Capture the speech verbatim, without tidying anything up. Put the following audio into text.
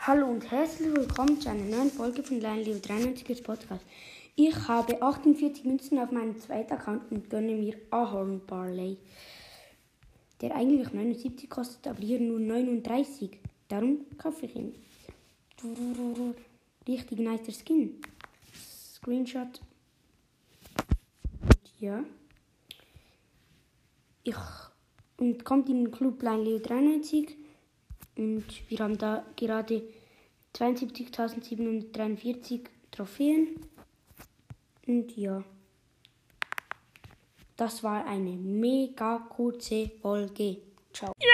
Hallo und herzlich willkommen zu einer neuen Folge von Lionleo dreiundneunzig Podcast. Ich habe achtundvierzig Münzen auf meinem zweiten Account und gönne mir Ahorn Barley, der eigentlich neunundsiebzig kostet, aber hier nur neununddreißig. Darum kaufe ich ihn. Richtig nicer Skin. Screenshot. Ja. Ich und kommt in den Club Lionleo dreiundneunzig. Und wir haben da gerade zweiundsiebzigtausendsiebenhundertdreiundvierzig Trophäen. Und ja, das war eine mega kurze Folge. Ciao.